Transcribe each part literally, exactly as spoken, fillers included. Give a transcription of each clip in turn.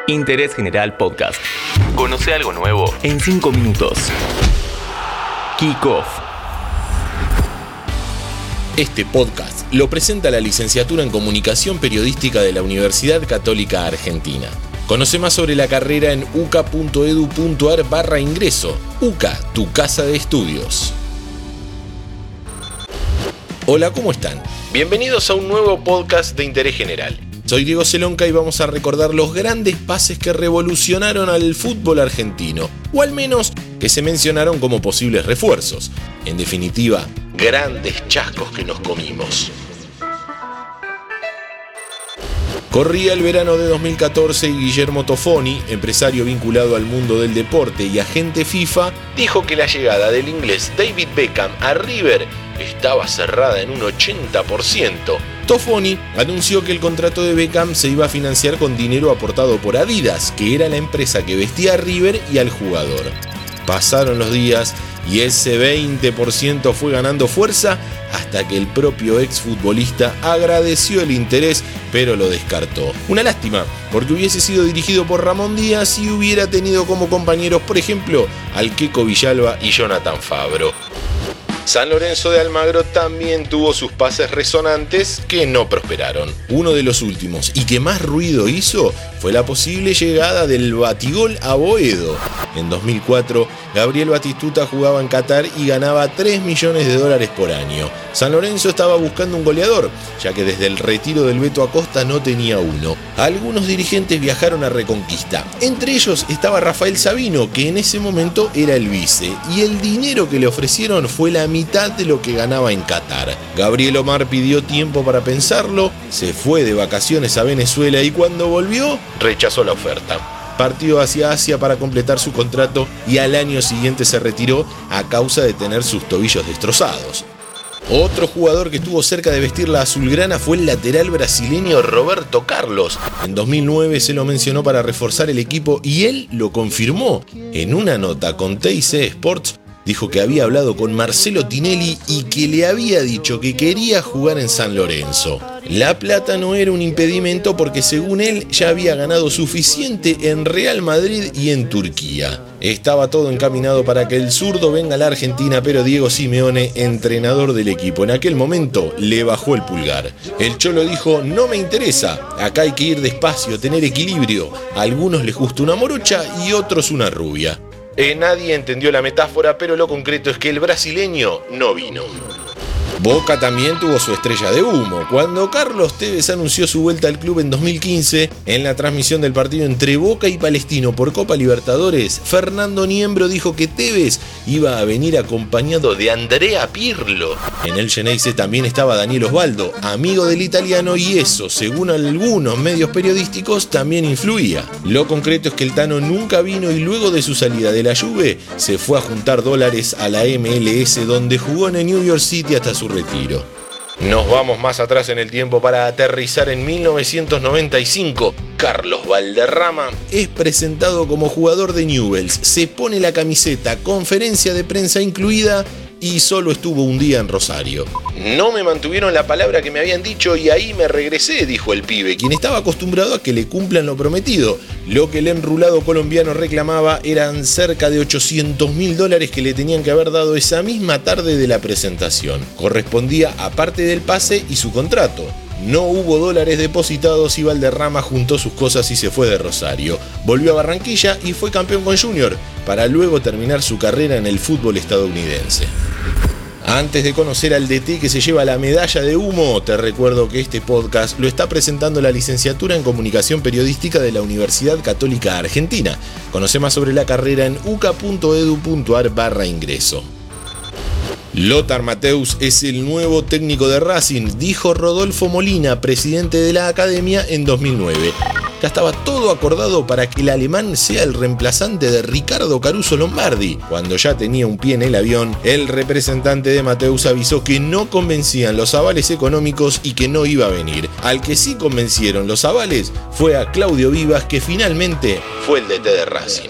Interés General Podcast. Conoce algo nuevo en cinco minutos. Kick-Off. Este podcast lo presenta la licenciatura en Comunicación Periodística de la Universidad Católica Argentina. Conoce más sobre la carrera en uca.edu.ar barra ingreso. UCA, tu casa de estudios. Hola, ¿cómo están? Bienvenidos a un nuevo podcast de Interés General. Soy Diego Celonca y vamos a recordar los grandes pases que revolucionaron al fútbol argentino, o al menos que se mencionaron como posibles refuerzos. En definitiva, grandes chascos que nos comimos. Corría el verano de dos mil catorce y Guillermo Toffoni, empresario vinculado al mundo del deporte y agente FIFA, dijo que la llegada del inglés David Beckham a River estaba cerrada en un ochenta por ciento. Toffoni anunció que el contrato de Beckham se iba a financiar con dinero aportado por Adidas, que era la empresa que vestía a River y al jugador. Pasaron los días y ese veinte por ciento fue ganando fuerza hasta que el propio exfutbolista agradeció el interés, pero lo descartó. Una lástima, porque hubiese sido dirigido por Ramón Díaz y hubiera tenido como compañeros, por ejemplo, al Queco Villalba y Jonathan Fabro. San Lorenzo de Almagro también tuvo sus pases resonantes que no prosperaron. Uno de los últimos y que más ruido hizo fue la posible llegada del batigol a Boedo. En dos mil cuatro, Gabriel Batistuta jugaba en Qatar y ganaba tres millones de dólares por año. San Lorenzo estaba buscando un goleador, ya que desde el retiro del Beto Acosta no tenía uno. Algunos dirigentes viajaron a Reconquista. Entre ellos estaba Rafael Sabino, que en ese momento era el vice, y el dinero que le ofrecieron fue la mitad de lo que ganaba en Qatar. Gabriel Omar pidió tiempo para pensarlo, se fue de vacaciones a Venezuela y cuando volvió, rechazó la oferta. Partió hacia Asia para completar su contrato y al año siguiente se retiró a causa de tener sus tobillos destrozados. Otro jugador que estuvo cerca de vestir la azulgrana fue el lateral brasileño Roberto Carlos. En dos mil nueve se lo mencionó para reforzar el equipo y él lo confirmó. En una nota con T I C Sports dijo que había hablado con Marcelo Tinelli y que le había dicho que quería jugar en San Lorenzo. La plata no era un impedimento porque según él ya había ganado suficiente en Real Madrid y en Turquía. Estaba todo encaminado para que el zurdo venga a la Argentina, pero Diego Simeone, entrenador del equipo en aquel momento, le bajó el pulgar. El Cholo dijo: no me interesa, acá hay que ir despacio, tener equilibrio. A algunos les gusta una morocha y otros una rubia. Eh, nadie entendió la metáfora, pero lo concreto es que el brasileño no vino. Boca también tuvo su estrella de humo. Cuando Carlos Tevez anunció su vuelta al club en dos mil quince, en la transmisión del partido entre Boca y Palestino por Copa Libertadores, Fernando Niembro dijo que Tevez iba a venir acompañado de Andrea Pirlo. En el Geneise también estaba Daniel Osvaldo, amigo del italiano, y eso, según algunos medios periodísticos, también influía. Lo concreto es que el Tano nunca vino y luego de su salida de la Juve se fue a juntar dólares a la M L S, donde jugó en el New York City hasta su retiro. Nos vamos más atrás en el tiempo para aterrizar en mil novecientos noventa y cinco. Carlos Valderrama es presentado como jugador de Newell's, se pone la camiseta, conferencia de prensa incluida, y solo estuvo un día en Rosario. No me mantuvieron la palabra que me habían dicho y ahí me regresé, dijo el pibe, quien estaba acostumbrado a que le cumplan lo prometido. Lo que el enrulado colombiano reclamaba eran cerca de ochocientos mil dólares que le tenían que haber dado esa misma tarde de la presentación. Correspondía a parte del pase y su contrato. No hubo dólares depositados y Valderrama juntó sus cosas y se fue de Rosario. Volvió a Barranquilla y fue campeón con Junior, para luego terminar su carrera en el fútbol estadounidense. Antes de conocer al D T que se lleva la medalla de humo, te recuerdo que este podcast lo está presentando la licenciatura en Comunicación Periodística de la Universidad Católica Argentina. Conoce más sobre la carrera en uca.edu.ar barra ingreso. Lothar Matthäus es el nuevo técnico de Racing, dijo Rodolfo Molina, presidente de la academia, en dos mil nueve. Ya estaba todo acordado para que el alemán sea el reemplazante de Ricardo Caruso Lombardi. Cuando ya tenía un pie en el avión, el representante de Matthäus avisó que no convencían los avales económicos y que no iba a venir. Al que sí convencieron los avales fue a Claudio Vivas, que finalmente fue el D T de Racing.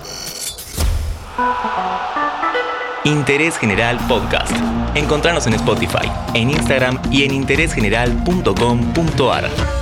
Interés General Podcast. Encontranos en Spotify, en Instagram y en interés general punto com punto ar.